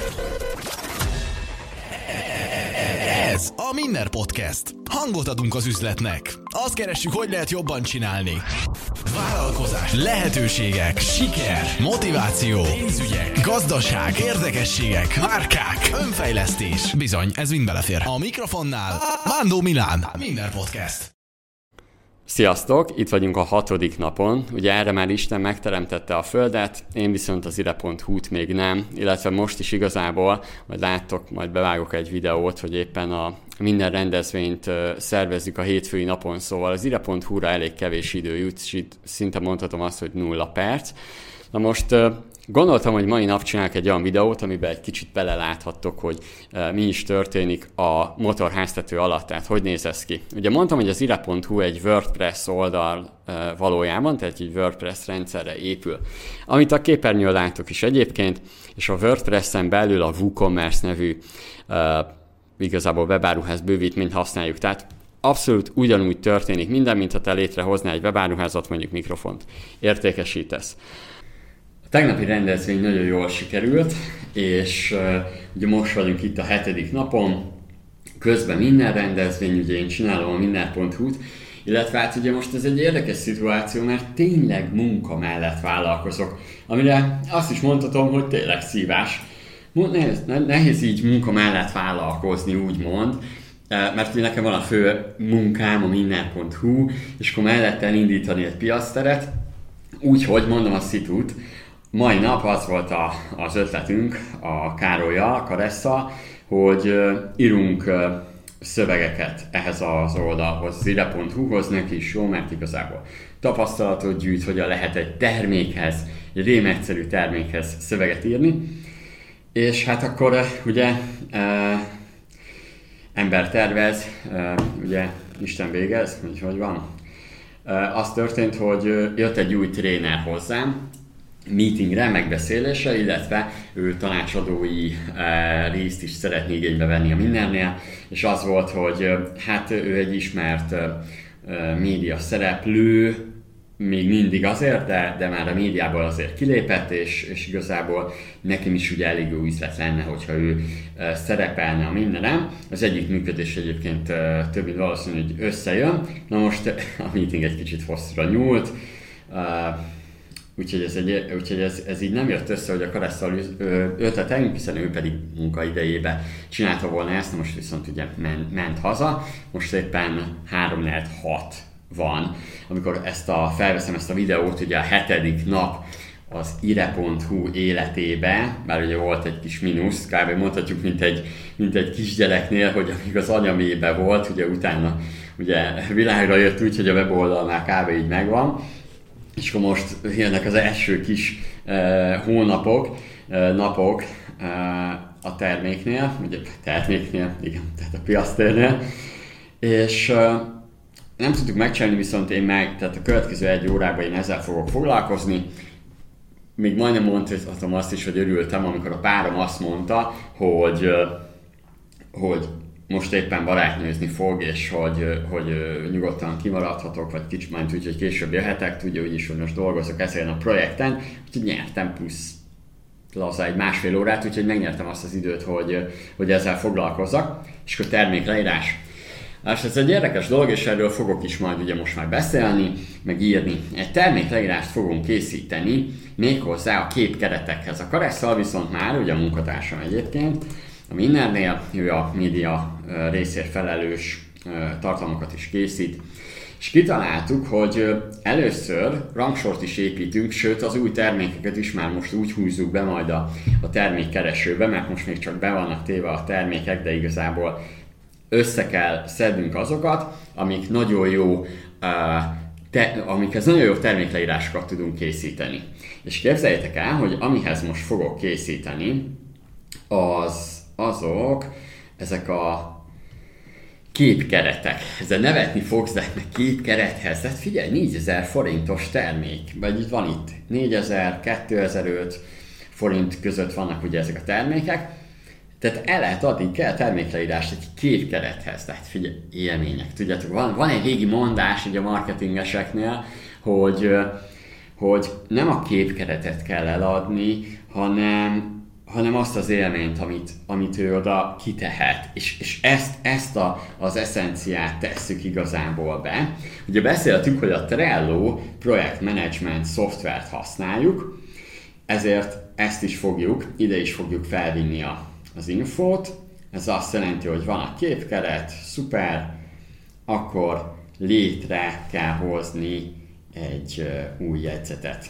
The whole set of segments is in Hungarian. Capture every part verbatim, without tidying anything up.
Ez a Minner Podcast. Hangot adunk az üzletnek. Azt keressük, hogy lehet jobban csinálni. Vállalkozás, lehetőségek, siker, motiváció, pénzügyek, gazdaság, érdekességek, márkák, önfejlesztés. Bizony, ez mind belefér. A mikrofonnál Vándó Milán. Minner Podcast. Sziasztok! Itt vagyunk a hatodik napon. Ugye erre már Isten megteremtette a Földet, én viszont az ire pont hu-t még nem, illetve most is igazából, majd láttok, majd bevágok egy videót, hogy éppen a minden rendezvényt szervezzük a hétfői napon, szóval az ire pont hu-ra elég kevés idő jut, és itt szinte mondhatom azt, hogy nulla perc. Na most gondoltam, hogy mai nap csinálok egy olyan videót, amiben egy kicsit beleláthattok, hogy mi is történik a motorháztető alatt, tehát hogy néz ez ki. Ugye mondtam, hogy az ire pont hu egy WordPress oldal valójában, tehát egy WordPress rendszerre épül. Amit a képernyőn látok is egyébként, és a WordPress-en belül a WooCommerce nevű igazából webáruház bővítményt használjuk. Tehát abszolút ugyanúgy történik minden, mint ha te létrehoznál egy webáruházat, mondjuk mikrofont értékesítesz. A tegnapi rendezvény nagyon jól sikerült, és uh, ugye most vagyunk itt a hetedik napon, közben minden rendezvény, ugye én csinálom a minner pont hu-t, illetve hát ugye most ez egy érdekes szituáció, mert tényleg munka mellett vállalkozok, amire azt is mondhatom, hogy tényleg szívás. Nehéz, nehéz így munka mellett vállalkozni, úgymond, mert ugye nekem van a fő munkám a minner pont hu, és akkor mellett elindítani egy piacteret, úgyhogy mondom a szitut, mai nap az volt a, az ötletünk a Károlyal, a Karesszal, hogy uh, írunk uh, szövegeket ehhez az oldalhoz, az ire pont hu-hoz, neki is jó, mert igazából tapasztalatot gyűjt, hogyan lehet egy termékhez, egy rém egyszerű termékhez szöveget írni. És hát akkor uh, ugye uh, ember tervez, uh, ugye Isten végez, hogy hogy van. Uh, az történt, hogy uh, jött egy új tréner hozzám, meetingre, megbeszélésre, illetve ő tanácsadói uh, részt is szeretné igénybe venni a Minnernél, és az volt, hogy uh, hát ő egy ismert uh, média szereplő, még mindig azért, de, de már a médiából azért kilépett, és, és igazából nekem is ugye elég jó üzlet lenne, hogyha ő uh, szerepelne a Minneren. Az egyik működés egyébként uh, több mint valószínű, hogy összejön. Na most a meeting egy kicsit hosszúra nyúlt, uh, úgyhogy, ez, egy, úgyhogy ez, ez így nem jött össze, hogy a Karesszal ötletelünk, hiszen ő pedig munkaidejében csinálta volna ezt, most viszont ugye ment, ment haza, most éppen három hat van, amikor ezt a, felveszem ezt a videót, ugye a hetedik nap az ire pont hu életébe, bár ugye volt egy kis mínusz, kb. Mondhatjuk, mint egy, mint egy kisgyereknél, hogy amíg az anyamébe volt, ugye utána ugye világra jött úgy, hogy a weboldal már kb. Így megvan, és akkor most jönnek az első kis uh, hónapok, uh, napok uh, a terméknél, ugye terméknél, igen, tehát a piactérnél, és uh, nem tudtuk megcsinálni, viszont én meg, tehát a következő egy órában én ezzel fogok foglalkozni. Még majdnem mondhatom azt is, hogy örültem, amikor a párom azt mondta, hogy, uh, hogy most éppen barátnőzni fog, és hogy, hogy nyugodtan kimaradhatok, vagy kicsit majd úgy, hogy később jöhetek, tudja úgyis, hogy most dolgozok ezen a projekten, úgyhogy nyertem plusz laza egy másfél órát, úgyhogy megnyertem azt az időt, hogy, hogy ezzel foglalkozzak, és akkor termékleírás. És ez egy érdekes dolog, és erről fogok is majd ugye most már beszélni, meg írni. Egy termékleírást fogunk készíteni, méghozzá a képkeretekhez. A Karesszal viszont már, ugye a munkatársam egyébként, a Minnernél, ő a média részért felelős tartalmakat is készít, és kitaláltuk, hogy először rangsort is építünk, sőt az új termékeket is már most úgy húzzuk be majd a, a termékkeresőbe, mert most még csak be vannak téve a termékek, de igazából össze kell szednünk azokat, amik nagyon jó, te, amikhez nagyon jó termékleírásokat tudunk készíteni. És képzeljétek el, hogy amihez most fogok készíteni, az azok, ezek a képkeretek. Ezzel nevetni fogsz, de képkerethez. Tehát figyelj, négyezer forintos termék. Vagy itt van itt négyezer, kétezer-öt forint között vannak ugye ezek a termékek. Tehát el lehet adni, kell termékleírást egy képkerethez. Tehát figyelj, élmények. Tudjátok, van, van egy régi mondás ugye a marketingeseknél, hogy, hogy nem a képkeretet kell eladni, hanem hanem azt az élményt, amit, amit ő oda kitehet. És, és ezt, ezt a, az eszenciát tesszük igazából be. Ugye beszéltük, hogy a Trello projektmenedzsment szoftvert használjuk, ezért ezt is fogjuk, ide is fogjuk felvinni a, az infót. Ez azt jelenti, hogy van a képkeret, szuper, akkor létre kell hozni egy uh, új jegyzetet.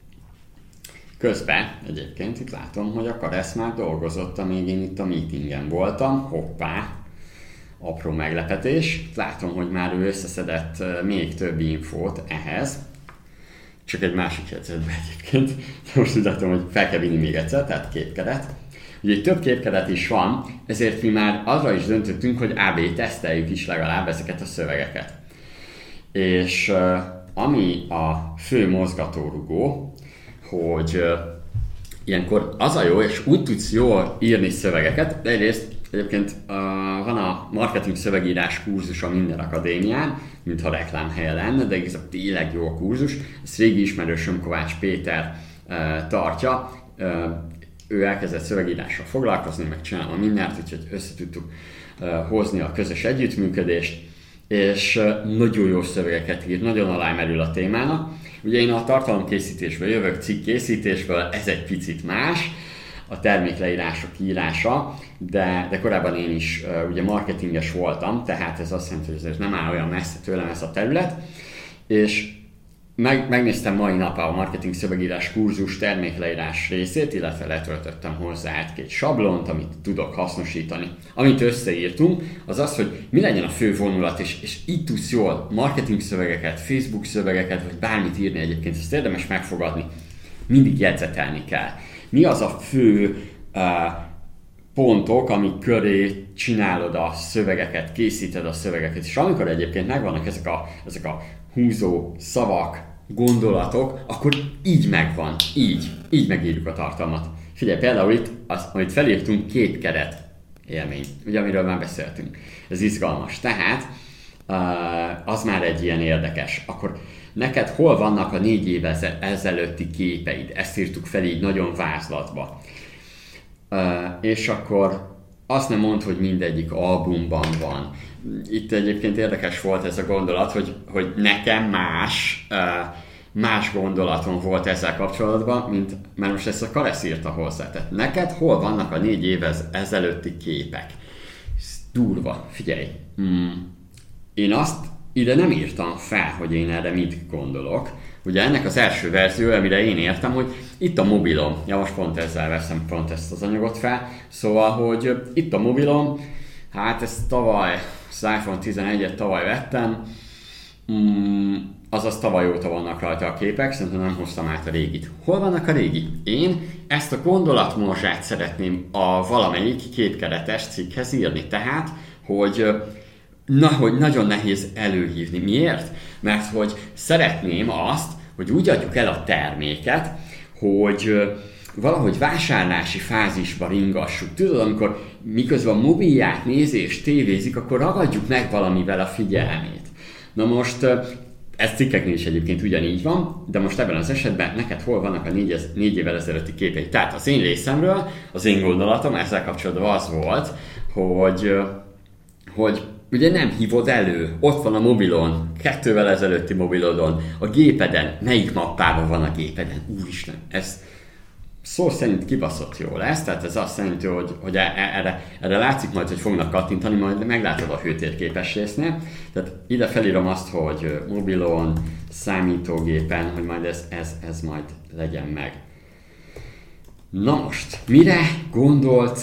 Közben egyébként itt látom, hogy a Karesz már dolgozott, amíg én itt a meetingen voltam. Hoppá! Apró meglepetés. Látom, hogy már ő összeszedett uh, még több infót ehhez. Csak egy másik jegyzetben egyébként. Most úgy látom, hogy fel kell vinni még egyszer, tehát képkeret. Ugye több képkeret is van, ezért mi már arra is döntöttünk, hogy á bé teszteljük is legalább ezeket a szövegeket. És uh, ami a fő mozgatórugó, hogy uh, ilyenkor az a jó, és úgy tudsz jól írni szövegeket, de egyrészt egyébként uh, van a marketing szövegírás kurzus a Minden Akadémián, mintha reklámhelye lenne, de igazából tényleg jó a kurzus. Ezt régi ismerősöm Kovács Péter uh, tartja. Uh, ő elkezdett szövegírással foglalkozni, meg csinálom mindent, úgyhogy össze tudtuk uh, hozni a közös együttműködést, és uh, nagyon jó szövegeket ír, nagyon alámerül a témának. Ugye én a tartalomkészítésből jövök, cikkkészítésből, ez egy picit más, a termékleírások írása, de, de korábban én is uh, ugye marketinges voltam, tehát ez azt jelenti, hogy ez nem áll olyan messze tőlem ez a terület, és Meg, megnéztem mai nap a marketing szövegírás kurzus termékleírás részét, illetve letöltöttem hozzá egy-két sablont, amit tudok hasznosítani. Amit összeírtunk, az az, hogy mi legyen a fő vonulat, és, és így tudsz jól marketing szövegeket, Facebook szövegeket, vagy bármit írni egyébként, ezt érdemes megfogadni. Mindig jegyzetelni kell. Mi az a fő uh, pontok, amik köré csinálod a szövegeket, készíted a szövegeket, és amikor egyébként megvannak ezek a, ezek a húzó szavak, gondolatok, akkor így megvan, így, így megírjuk a tartalmat. Figyelj, például itt, az, amit felírtunk, képkeret élmény, ugye amiről már beszéltünk. Ez izgalmas. Tehát az már egy ilyen érdekes. Akkor neked hol vannak a négy év ezelőtti képeid? Ezt írtuk fel így nagyon vázlatba. És akkor azt nem mondd, hogy mindegyik albumban van. Itt egyébként érdekes volt ez a gondolat, hogy, hogy nekem más, más gondolatom volt ezzel kapcsolatban, mint, mert most ezt a Karesz írta hozzá. Tehát neked hol vannak a négy év ezelőtti képek? Ez durva, figyelj. Hmm. Én azt ide nem írtam fel, hogy én erre mit gondolok. Ugye ennek az első verzió, amire én értem, hogy itt a mobilom, ja most pont ezzel veszem pont ezt az anyagot fel, szóval, hogy itt a mobilom, hát ezt tavaly, az iPhone tizenegyet tavaly vettem, mm, azaz tavaly óta vannak rajta a képek, szerintem nem hoztam át a régit. Hol vannak a régi? Én ezt a gondolatmorzsát szeretném a valamelyik képkeretes cikkhez írni, tehát, hogy Na, hogy nagyon nehéz előhívni. Miért? Mert hogy szeretném azt, hogy úgy adjuk el a terméket, hogy valahogy vásárlási fázisba ringassuk. Tudod, amikor miközben a mobilját nézi és tévézik, akkor ragadjuk meg valamivel a figyelmét. Na most, ez cikkeknél is egyébként ugyanígy van, de most ebben az esetben neked hol vannak a négy, négy évvel ezelőtti képeid. Tehát az én részemről, az én gondolatom ezzel kapcsolatban az volt, hogy, hogy ugye nem hívod elő, ott van a mobilon, kettővel ezelőtti mobilodon, a gépeden, melyik mappában van a gépeden, úristen, ez szó szerint kibaszott jó lesz, tehát ez azt jelenti, hogy, hogy erre, erre látszik majd, hogy fognak kattintani, majd meglátod a hőtérképes résznél, tehát ide felírom azt, hogy mobilon, számítógépen, hogy majd ez, ez, ez majd legyen meg. Na most, mire gondolt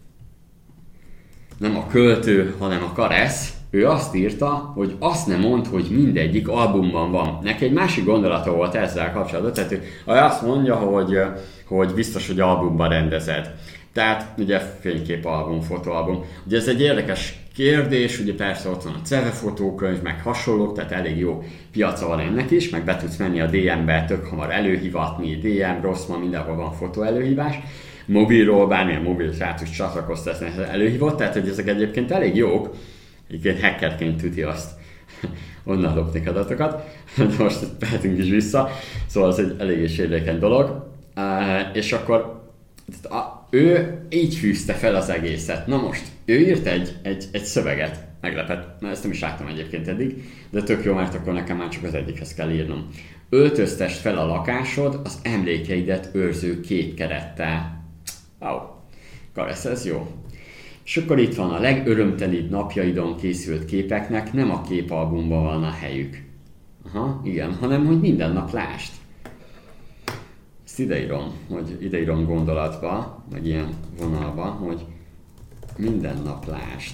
nem a költő, hanem a Karesz? Ő azt írta, hogy azt nem mond, hogy mindegyik albumban van. Neki egy másik gondolata volt ezzel kapcsolatban, tehát ő azt mondja, hogy, hogy biztos, hogy albumban rendezed. Tehát ugye fényképalbum, fotóalbum. Ugye ez egy érdekes kérdés, ugye persze ott van a Ceve fotókönyv, meg hasonlók, tehát elég jó piaca van ennek is, meg be tudsz menni a dé em-be tök hamar előhivatni, dé em, rossz, ma mindenhol van fotó előhívás. Mobilról, bármilyen mobil srácos csatlakozta ezt előhívott, tehát hogy ezek egyébként elég jók, egyébként hackerként tüti azt onnan lopni adatokat, de most mehetünk is vissza, szóval ez egy eléggé sérülékeny dolog, és akkor ő így fűzte fel az egészet. Na most, ő írt egy, egy, egy szöveget, meglepett, mert ezt nem is láttam egyébként eddig, de tök jó, mert akkor nekem már csak az egyikhez kell írnom. Öltöztesd fel a lakásod az emlékeidet őrző képkerettel. Ó, oh, Karesz, ez jó. És akkor itt van, a legörömtelibb napjaidon készült képeknek nem a képalbumban van a helyük. Aha, igen, hanem hogy minden nap lásd. Ezt ideírom, hogy ideírom gondolatba, meg ilyen vonalba, hogy minden nap lásd.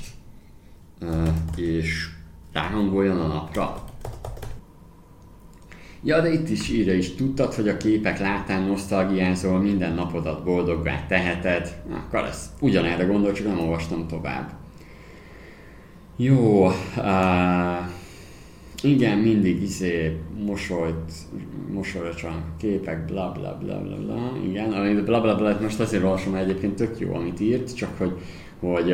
És ráhangoljon a napra. Ja, de itt is írja is, tudtad, hogy a képek látán nosztalgiázol, minden napodat boldoggá teheted. Akkor ezt ugyanerre gondol, csak nem olvastam tovább. Jó, uh, igen, mindig izé mosolyt, mosolyra csak képek, bla bla bla bla bla, igen, a bla bla bla, most azért olvasom, mert egyébként tök jó, amit írt, csak hogy, hogy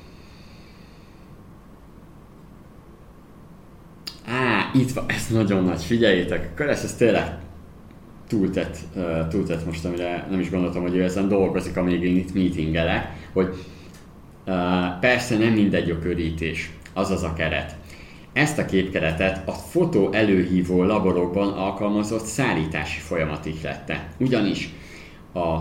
Á, itt van, ez nagyon nagy, figyeljétek, akkor ez, ez tényleg túltett, uh, túltett most, amire nem is gondoltam, hogy ő ezen dolgozik, amíg én itt meetingelek, hogy uh, persze nem mindegy a körítés, azaz a keret. Ezt a képkeretet a fotó előhívó laborokban alkalmazott szállítási folyamat ihlette. Ugyanis a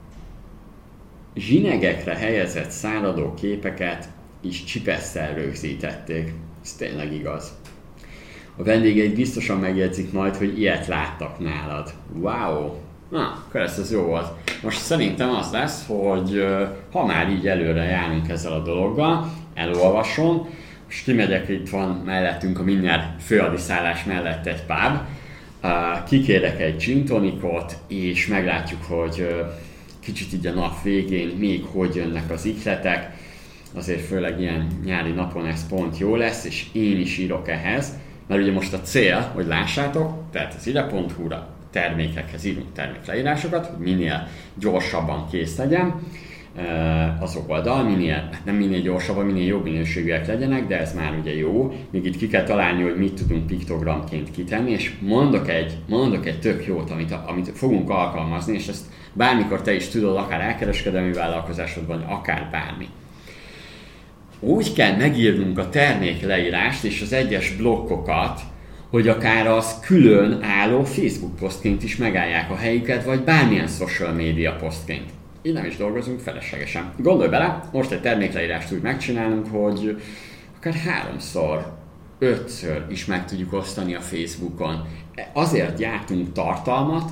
zsinegekre helyezett száradó képeket is csipesszel rögzítették. Ez tényleg igaz. A vendégeid biztosan megjegyzik majd, hogy ilyet láttak nálad. Wow! Na, akkor ez az jó volt. Most szerintem az lesz, hogy ha már így előre járunk ezzel a dologgal, elolvasom, most kimegyek, itt van mellettünk a Minner főadiszállás mellett egy pub, kikérek egy gin tonicot, és meglátjuk, hogy kicsit így a nap végén még hogy jönnek az ihletek. Azért főleg ilyen nyári napon ez pont jó lesz, és én is írok ehhez. Mert ugye most a cél, hogy lássátok, tehát az ide pont hu-ra termékekhez írunk termékleírásokat, hogy minél gyorsabban kész legyen az oldal, minél, hát nem minél gyorsabban, minél jobb minőségűek legyenek, de ez már ugye jó. Még itt ki kell találni, hogy mit tudunk piktogramként kitenni, és mondok egy, mondok egy tök jót, amit, amit fogunk alkalmazni, és ezt bármikor te is tudod, akár elkereskedelmi vállalkozásodban, akár bármi. Úgy kell megírnunk a termékleírást és az egyes blokkokat, hogy akár az külön álló Facebook posztként is megállják a helyüket, vagy bármilyen social media posztként. Így nem is dolgozunk feleslegesen. Gondolj bele, most egy termékleírást úgy megcsinálunk, hogy akár háromszor, ötször is meg tudjuk osztani a Facebookon. Azért gyártunk tartalmat,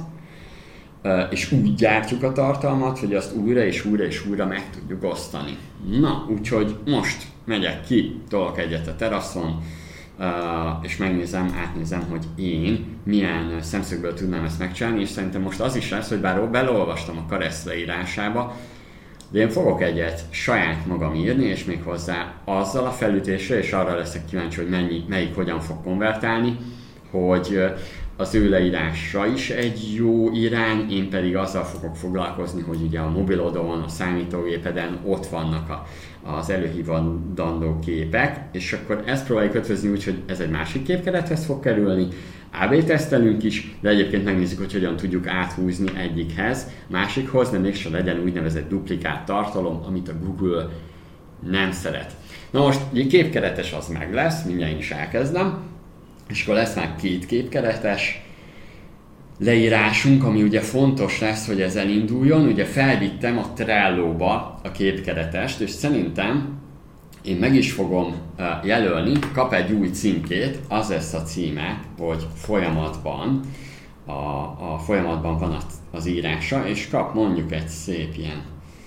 és úgy gyártjuk a tartalmat, hogy azt újra és újra és újra meg tudjuk osztani. Na, úgyhogy most megyek ki, tolok egyet a teraszon, és megnézem, átnézem, hogy én milyen szemszögből tudnám ezt megcsinálni, és szerintem most az is lesz, hogy bár beleolvastam a Karesz leírásába, de én fogok egyet saját magam írni, és még hozzá azzal a felütésre, és arra leszek kíváncsi, hogy mennyi, melyik hogyan fog konvertálni, hogy az ő leírása is egy jó irány, én pedig azzal fogok foglalkozni, hogy ugye a mobilodon, a számítógépeden ott vannak a, az előhívandó képek, és akkor ezt próbáljuk ötvözni úgy, hogy ez egy másik képkerethez fog kerülni, á bé tesztelünk is, de egyébként megnézzük, hogy hogyan tudjuk áthúzni egyikhez, másikhoz, de mégsem legyen úgynevezett duplikált tartalom, amit a Google nem szeret. Na most, egy képkeretes az meg lesz, mindjárt én is elkezdem, és akkor lesz már két képkeretes leírásunk, ami ugye fontos lesz, hogy ez elinduljon. Ugye felvittem a Trello-ba a képkeretest, és szerintem én meg is fogom jelölni, kap egy új címkét, az lesz a címe, hogy folyamatban, a, a folyamatban van az írása, és kap mondjuk egy szép ilyen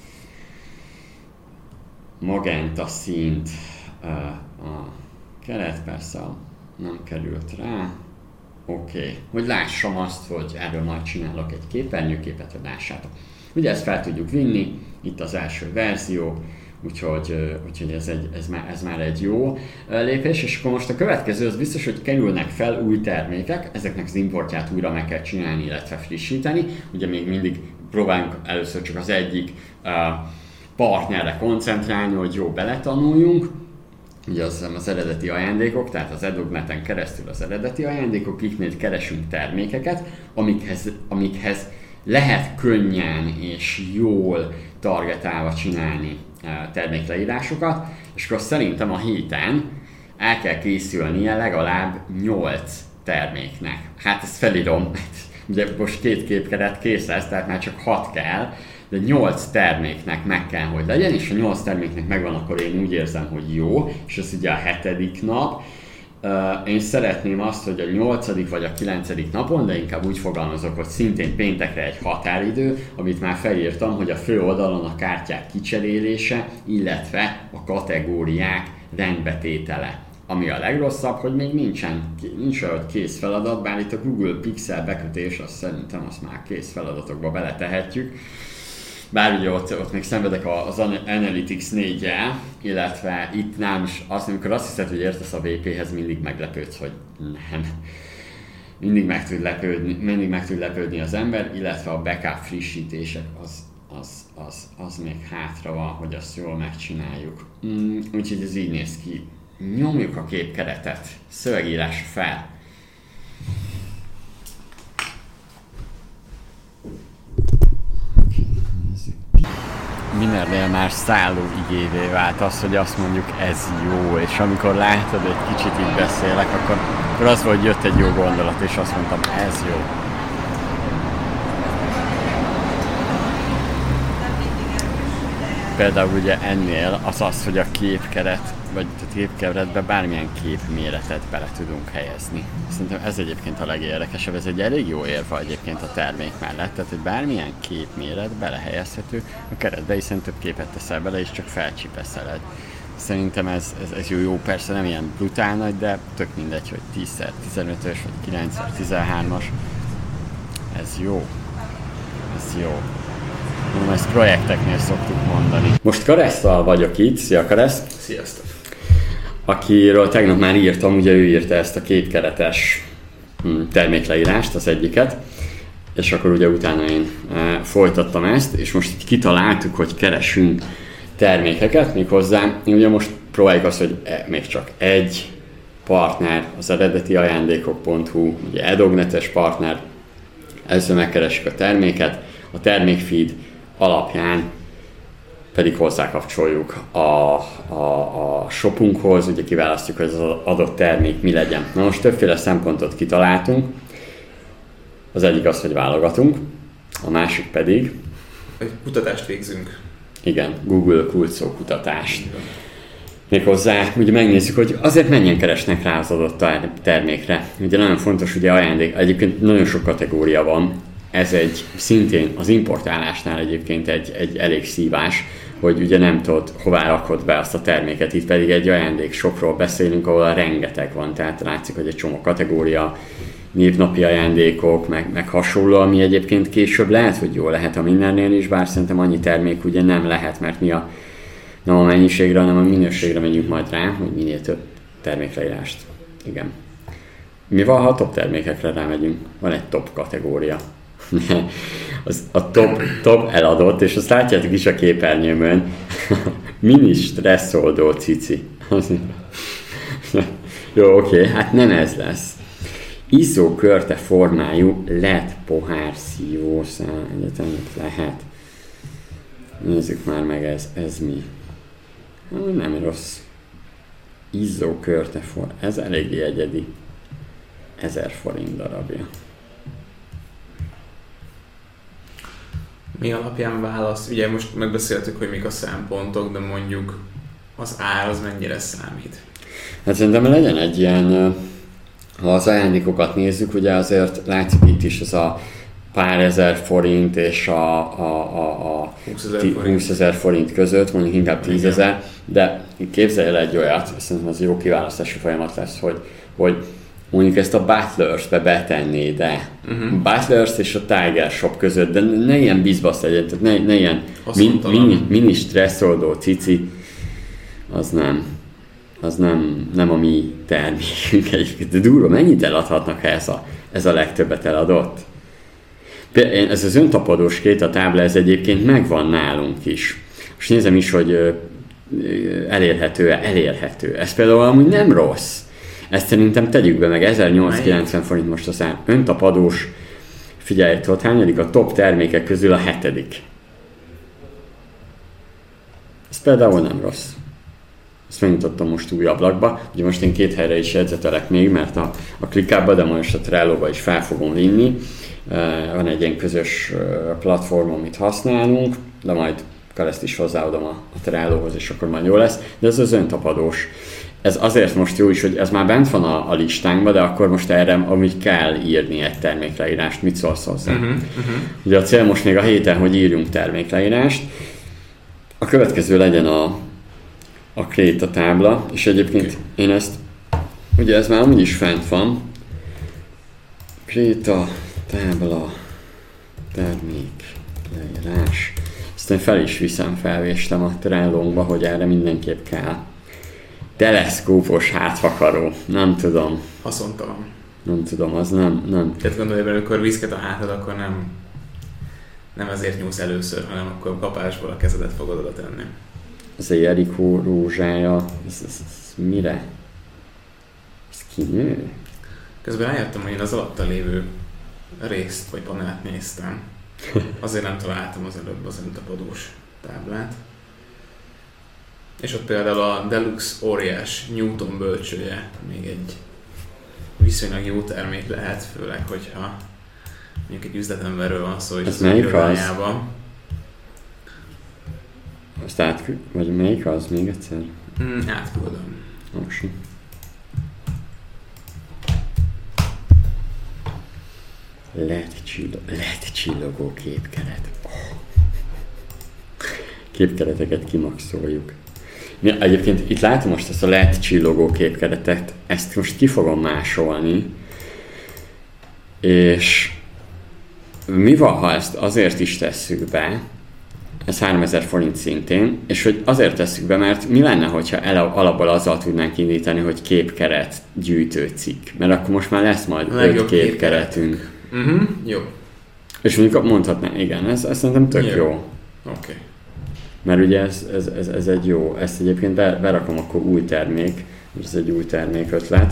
magenta színt, a keret persze nem került rá. Oké, okay. Hogy lássam azt, hogy erről majd csinálok egy képernyőképet, hogy lássátok. Ugye ezt fel tudjuk vinni, itt az első verzió, úgyhogy, úgyhogy ez, egy, ez, már, ez már egy jó lépés, és akkor most a következő az biztos, hogy kerülnek fel új termékek, ezeknek az importját újra meg kell csinálni, illetve frissíteni. Ugye még mindig próbálunk először csak az egyik uh, partnerre koncentrálni, hogy jó beletanuljunk. Ugye az, az eredeti ajándékok, tehát az Edubneten keresztül az eredeti ajándékok, ismét keresünk termékeket, amikhez, amikhez lehet könnyen és jól targetálva csinálni termékleírásokat, és akkor szerintem a héten el kell készülnie legalább nyolc terméknek. Hát ezt felírom, ugye most két képkeret kész lesz, tehát már csak hat kell, de nyolc terméknek meg kell, hogy legyen, és ha nyolc terméknek megvan, akkor én úgy érzem, hogy jó, és ez ugye a hetedik nap. Én szeretném azt, hogy a nyolcadik vagy a kilencedik napon, de inkább úgy fogalmazok, hogy szintén péntekre egy határidő, amit már felírtam, hogy a fő oldalon a kártyák kicserélése, illetve a kategóriák rendbetétele. Ami a legrosszabb, hogy még nincsen, nincs olyan kész feladat, bár itt a Google Pixel bekötés, azt szerintem azt már kész feladatokba beletehetjük. Bár ugye ott, ott még szenvedek az Analytics négyel, illetve itt nem is azt, amikor azt hiszed, hogy értesz a vé pé-hez, mindig meglepődsz, hogy nem. Mindig meg tud lepődni, mindig meg tud lepődni az ember, illetve a backup frissítések, az, az, az, az még hátra van, hogy azt jól megcsináljuk. Mm, úgyhogy ez így néz ki. Nyomjuk a képkeretet, szövegírás fel. Mindennél már szálló igévé vált az, hogy azt mondjuk ez jó, és amikor látod, egy kicsit így beszélek, akkor, akkor az volt, hogy jött egy jó gondolat, és azt mondtam, ez jó. Például ugye ennél az az, hogy a képkeret, vagy a képkeretbe bármilyen képméretet bele tudunk helyezni. Szerintem ez egyébként a legérdekesebb, ez egy elég jó érve egyébként a termék mellett, tehát hogy bármilyen képméret belehelyezhető a keretbe, hiszen több képet teszel bele, és csak felcsipeszeled. Szerintem ez, ez, ez jó, jó, persze nem ilyen brutál nagy, de tök mindegy, hogy tíz tizenötös vagy kilenc tizenhármas. Ez jó. Ez jó. Mondom, ezt projekteknél szoktuk mondani. Most Karesztal vagyok itt. Szia Karesz! Sziasztok! Akiről tegnap már írtam, ugye ő írta ezt a kétkeretes termékleírást, az egyiket, és akkor ugye utána én e, folytattam ezt, és most itt kitaláltuk, hogy keresünk termékeket, méghozzá, ugye most próbáljuk azt, hogy e, még csak egy partner, az eredeti ajándékok pont hu, ugye edognetes partner, először megkeressük a terméket, a termékfeed alapján pedig hozzákapcsoljuk a, a, a shopunkhoz, ugye kiválasztjuk, hogy az adott termék mi legyen. Na most többféle szempontot kitaláltunk. Az egyik az, hogy válogatunk, a másik pedig... Egy kutatást végzünk. Igen, Google kulcsszó kutatást. Méghozzá ugye megnézzük, hogy azért mennyien keresnek rá az adott termékre. Ugye nagyon fontos, ugye ajándék, egyébként nagyon sok kategória van. Ez egy szintén az importálásnál egyébként egy, egy elég szívás, hogy ugye nem tudod, hová rakod be azt a terméket. Itt pedig egy ajándékshopról beszélünk, ahol rengeteg van, tehát látszik, hogy egy csomó kategória, névnapi ajándékok, meg, meg hasonló, ami egyébként később lehet, hogy jó lehet a mindennél is, bár szerintem annyi termék ugye nem lehet, mert mi a, nem a mennyiségre, hanem a minőségre megyünk majd rá, hogy minél több termékleírást. Igen. Mi van, ha a top termékekre rámegyünk? Van egy top kategória. Az, a top, top eladott, és azt látjátok is a képernyőmön, mini stresszoldó cici. Jó, oké, okay, hát nem ez lesz. Izzó körte formájú led pohár szívószál, egyetemet lehet. Nézzük már meg, ez, ez mi. Nem rossz. Izzó körte for, ez eléggé egyedi. Ezer forint darabja. Mi alapján válasz? Ugye most megbeszéltük, hogy mik a szempontok, de mondjuk az ár az mennyire számít? Hát szerintem legyen egy ilyen, ha az ajándékokat nézzük, ugye azért látszik itt is ez a pár ezer forint és a, a, a, a húszezer forint között, mondjuk inkább tízezer, de képzelj el egy olyat, szerintem az jó kiválasztási folyamat lesz, hogy, hogy mondjuk ezt a Butlers-be betenné, de uh-huh. Butlers és a Tiger Shop között, de ne ilyen bizbasz legyen, tehát ne, ne ilyen min, mini, mini stresszoldó cici, az nem, az nem, nem a mi termékünk egyébként. De durva, mennyit eladhatnak, ha ez a, ez a legtöbbet eladott? Ez az öntapadós két a tábla, ez egyébként megvan nálunk is. Most nézem is, hogy elérhető-e, elérhető. Ez például amúgy nem rossz. Ezt szerintem tegyük be meg, ezernyolcszázkilencven forint most az ár. Öntapadós Figyelj, tudod, hányadik a top termékek közül a hetedik. Ez például nem rossz. Ezt megmutattam most új ablakba. Ugye most én két helyre is jegyzetelek még, mert a, a Clickup-ba, de most a Trello-ba is fel fogom vinni. Van egy ilyen közös platform, amit használunk, de majd ezt is hozzáadom a, a Trello-hoz, és akkor majd jó lesz. De ez az öntapadós. Ez azért most jó is, hogy ez már bent van a, a listánkban, de akkor most erre, amíg kell írni egy termékleírást, mit szólsz hozzá? Uh-huh, uh-huh. Ugye a cél most még a héten, hogy írjunk termékleírást. A következő legyen a, a Kréta tábla, és egyébként okay. Én ezt, ugye ez már amúgy is fent van. Kréta tábla, termékleírás. Ezt én fel is viszem, felvéstem a Trello-ba, hogy erre mindenképp kell. Teleszkópos hátvakaró, nem tudom. Haszontalan. Nem tudom, az nem, nem. Tehát gondolj, hogy amikor viszket a hátad, akkor nem, nem azért nyúlsz először, hanem akkor kapásból a kezedet fogod oda tenni. Ez a Jerikó rózsája, ez, ez, ez mire? Ez kinő? Közben rájöttem, hogy én az alatta lévő részt vagy panelt néztem. Azért nem találtam az előbb az öntapadós táblát. És ott például a Deluxe óriás Newton bölcsője még egy viszonylag jó termék lehet, főleg, hogyha mondjuk egy üzletemberről van szó, és ez az melyik az? Azt átküld, vagy melyik az még egyszer? Mm, átküldöm. Oké. Lehet csillog, lehet csillogó képkeret. Oh. Képkereteket kimaxoljuk. Ja, egyébként itt látom most ezt a lehet csillogó képkeretet, ezt most ki fogom másolni, és mi van, ha ezt azért is tesszük be, ez háromezer forint szintén, és hogy azért tesszük be, mert mi lenne, hogyha el, alapból azzal tudnánk indítani, hogy képkeret gyűjtő cikk, mert akkor most már lesz majd öt képkeretünk. Uh-huh. Jó. És mondjuk mondhatnám, igen, ez, ez szerintem tök jó. jó. Oké. Okay. Mert ugye ez, ez, ez, ez egy jó, ezt egyébként berakom akkor új termék, ez egy új termék ötlet.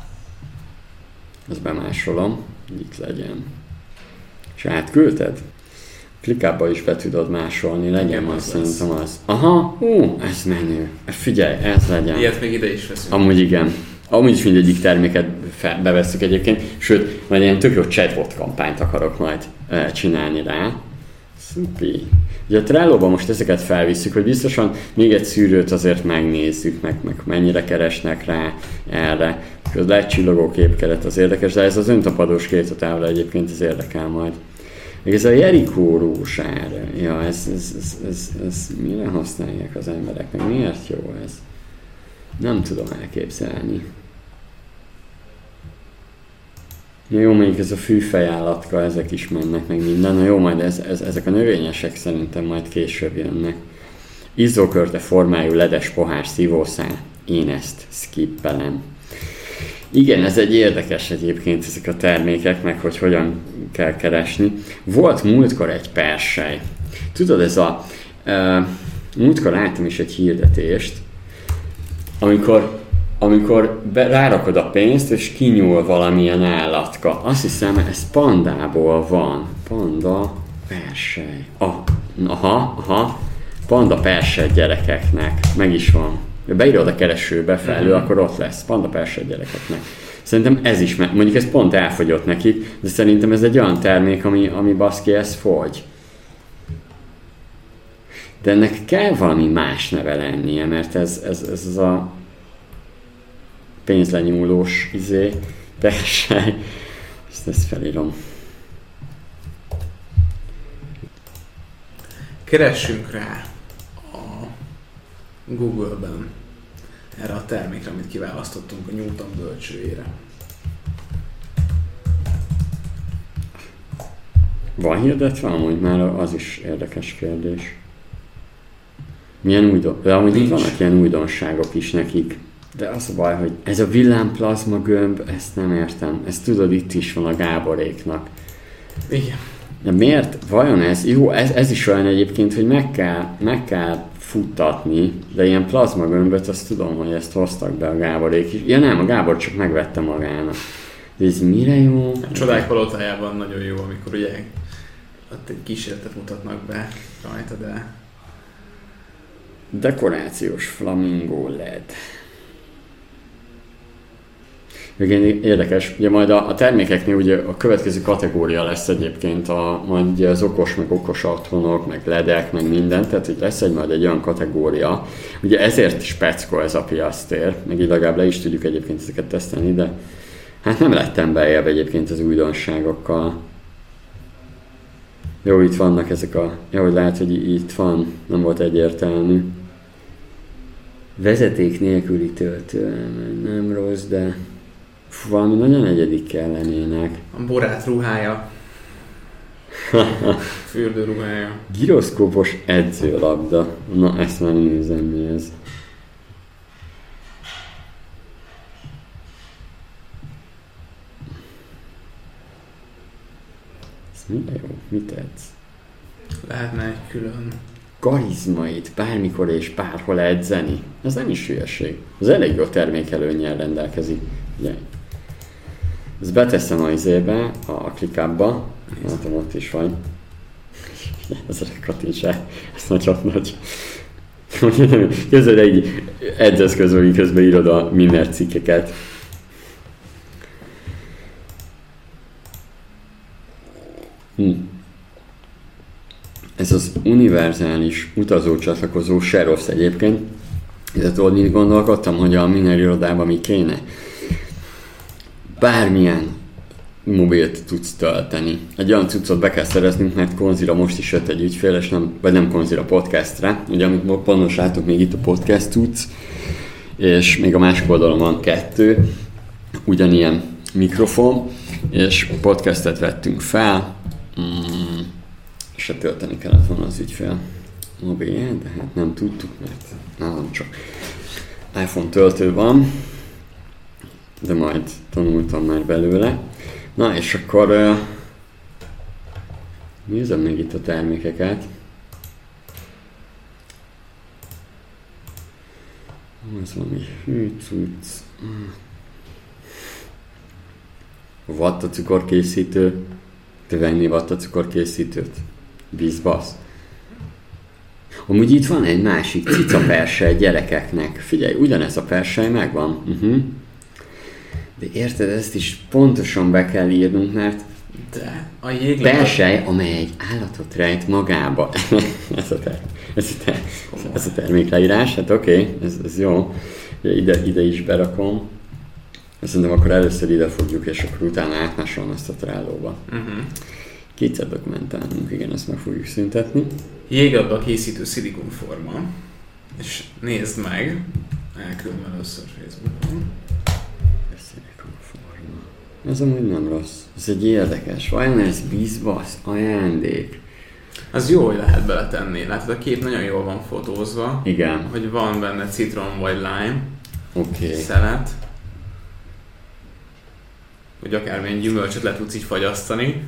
Ezt bemásolom, itt legyen. És átküldted? Clickup-ba is be tudod másolni, legyen az szerintem az. Aha, ú, ez menő. Figyelj, ez legyen. Ilyet még ide is veszünk. Amúgy igen. Amúgy is mindegyik terméket fel, bevesszük egyébként, sőt, majd ilyen tök jó chatbot kampányt akarok majd e, csinálni rá. Szupi. Ugye a Trello-ban most ezeket felvisszük, hogy biztosan még egy szűrőt azért megnézzük, meg, meg mennyire keresnek rá erre. Az lehet csillogó képkeret az érdekes, de ez az öntapadós Kréta egyébként az érdekel majd. Még ez a Jerikó rózsára, ja, ez, ez, ez, ez, ez mire használják az emberek, meg miért jó ez? Nem tudom elképzelni. Ja, jó, mondjuk ez a fűfejállatka, ezek is mennek, meg minden. Na jó, majd ez, ez, ezek a növényesek szerintem majd később jönnek. Izzókörte formájú ledes pohár szívószál. Én ezt skippelem. Igen, ez egy érdekes egyébként ezek a termékek, meg hogy hogyan kell keresni. Volt múltkor egy persely. Tudod, ez a... Uh, múltkor láttam is egy hirdetést, amikor, amikor be, rárakod a pénzt, és kinyúl valamilyen állatka. Azt hiszem, ez pandából van. Panda persely. Ah, aha, aha. Panda persely gyerekeknek. Meg is van. Beírod a keresőbe felül, mm-hmm. akkor ott lesz. Panda persely gyerekeknek. Szerintem ez is, mondjuk ez pont elfogyott nekik, de szerintem ez egy olyan termék, ami, ami baszki, ez fogy. De ennek kell valami más neve lennie, mert ez, ez, ez az a pénzlenyúlós izé, persely. Ezt, ezt felírom. Keressünk rá a Google-ben erre a termékre, amit kiválasztottunk a Newton bölcsőjére. Van hirdetve? Amúgy már az is érdekes kérdés. Milyen újdon... De amúgy itt vannak ilyen újdonságok is nekik. De az a baj, hogy ez a villámplazma gömb, ezt nem értem. Ezt tudod, itt is van a Gáboréknak. Igen. De miért? Vajon ez? Jó, ez, ez is olyan egyébként, hogy meg kell, meg kell futtatni, de ilyen plazmagömböt, azt tudom, hogy ezt hoztak be a Gáborék is. Ja nem, a Gábor csak megvette magának. De ez mire jó? A Csodák palotájában nagyon jó, amikor ugye ott egy kísérletet mutatnak be rajta, de... Dekorációs flamingó led. Igen, érdekes, ugye majd a, a termékeknél ugye a következő kategória lesz egyébként a, majd ugye az okos, meg okos otthonok, meg ledek, meg minden, tehát hogy lesz egy majd egy olyan kategória, ugye ezért speckó ez a piasztér, meg így legalább le is tudjuk egyébként ezeket tesztelni, de hát nem lettem beélve egyébként az újdonságokkal. Jó, itt vannak ezek a, jó, hogy lehet, hogy itt van, nem volt egyértelmű. Vezeték nélküli töltő, nem rossz, de fú, valami nagyon egyedik kell lennének. A borát ruhája. Fürdő ruhája. Giroszkópos edzőlabda. Na, ezt már nézem, mi ez. Ez mire jó? Mit tetsz? Lehetne egy külön. Karizmait bármikor és bárhol edzeni. Ez nem is hülyeség. Ez elég jó termékelőnnyel rendelkezik. Ugye? Ezt beteszem a izébe, a klikkába. Látom, ott is van. Ezek kattintsák. Ez nagyon nagy. Közben egy edzesz közben, közben írod a minden cikkeket. Hm. Ez az univerzális utazócsatlakozó Sherox egyébként. De tudod, mit gondolkodtam, hogy a minden irodában mi kéne? Bármilyen mobilt tudsz tölteni. Egy olyan cuccot be kell szereznünk, mert Konzira most is jött egy ügyfél, és nem, vagy nem Konzira podcastre, ugye amit pontos látok még itt a podcast cucc, és még a másik oldalon van kettő, ugyanilyen mikrofon, és podcastet vettünk fel, mm, és se tölteni kellett volna az ügyfél mobilját, de hát nem tudtuk, mert nálam csak iPhone töltő van, de majd tanultam már belőle. Na és akkor uh, nézem még itt a termékeket. Ez valami hűcucc. Vatta cukorkészítő. Te venni vatta cukorkészítőt? Bizbasz. Amúgy itt van egy másik cica persely gyerekeknek. Figyelj, ugyanez a persely megvan. Uh-huh. De érted, ezt is pontosan be kell írnunk, mert de a jéglap... persely, amely egy állatot rejt magába. ez, a ter- ez, a ter- ez a termékleírás, hát oké, okay, ez, ez jó. Ide, ide is berakom. Szerintem akkor először ide fogjuk, és akkor utána átmásolom ezt a Trello-ba. Uh-huh. Kétszer dokumentálnunk, igen, ezt meg fogjuk szüntetni. Jéglapba készítő szilikonforma. És nézd meg, elküldöm először Facebookon. Ez amúgy nem rossz. Ez egy érdekes. Vajon ez bizbasz? Ajándék? Az jó, hogy lehet beletenni. Látod, a kép nagyon jól van fotózva. Igen. Hogy van benne citrom vagy lime. Oké. Okay. Szelet. Hogy akármilyen gyümölcsöt le tudsz így fagyasztani.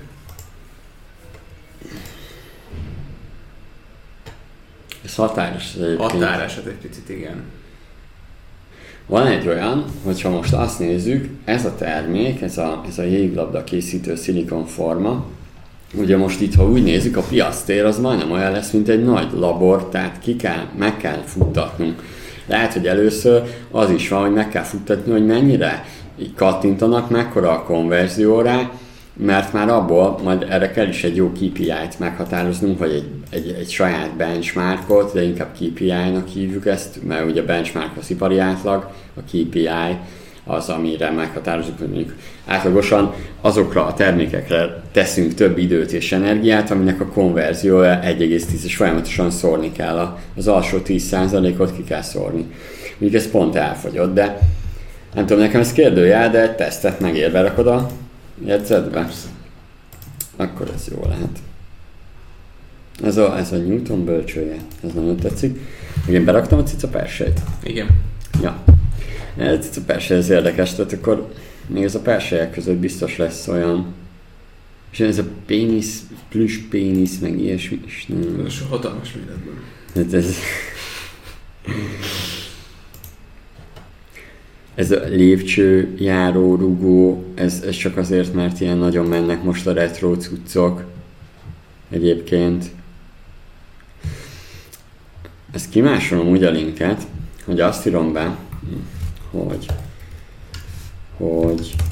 Ez határos egyébként. Határos, egy picit, igen. Van egy olyan, hogyha most azt nézzük, ez a termék, ez a, ez a jéglabda készítő szilikonforma, ugye most itt, ha úgy nézzük, a piasztér az majdnem olyan lesz, mint egy nagy labor, tehát ki kell, meg kell futtatnunk. Lehet, hogy először az is van, hogy meg kell futtatni, hogy mennyire így kattintanak, mekkora a konverzió rá, mert már abból majd erre kell is egy jó K P I-t meghatároznunk, vagy egy, egy, egy saját benchmarkot, de inkább K P I-nak hívjuk ezt, mert ugye a benchmark az ipari átlag, a K P I az, amire meghatározunk, hogy mondjuk átlagosan azokra a termékekre teszünk több időt és energiát, aminek a konverziója egy egész tíz és folyamatosan szórni kell, az alsó tíz százalékot ki kell szórni. Mondjuk ez pont elfogyott, de nem tudom, nekem ez kérdőjel, de egy tesztet megér, berakod a jegyzetbe? Akkor ez jó lehet. Ez a, ez a Newton bölcsője, ez nagyon tetszik. Igen, beraktam a cica perselyt. Igen. Ja. Ez a cica persely, ez érdekes, tehát akkor még ez a perselyek között biztos lesz olyan. És ez a pénisz, plusz pénisz, meg ilyesmi is nem. Ez hatalmas méretben. Hát ez... ez a lépcsőjáró, rugó, ez, ez csak azért, mert ilyen nagyon mennek most a retro cuccok. Egyébként. Ezt kimásolom úgy a linket, hogy azt írom be, hogy, hogy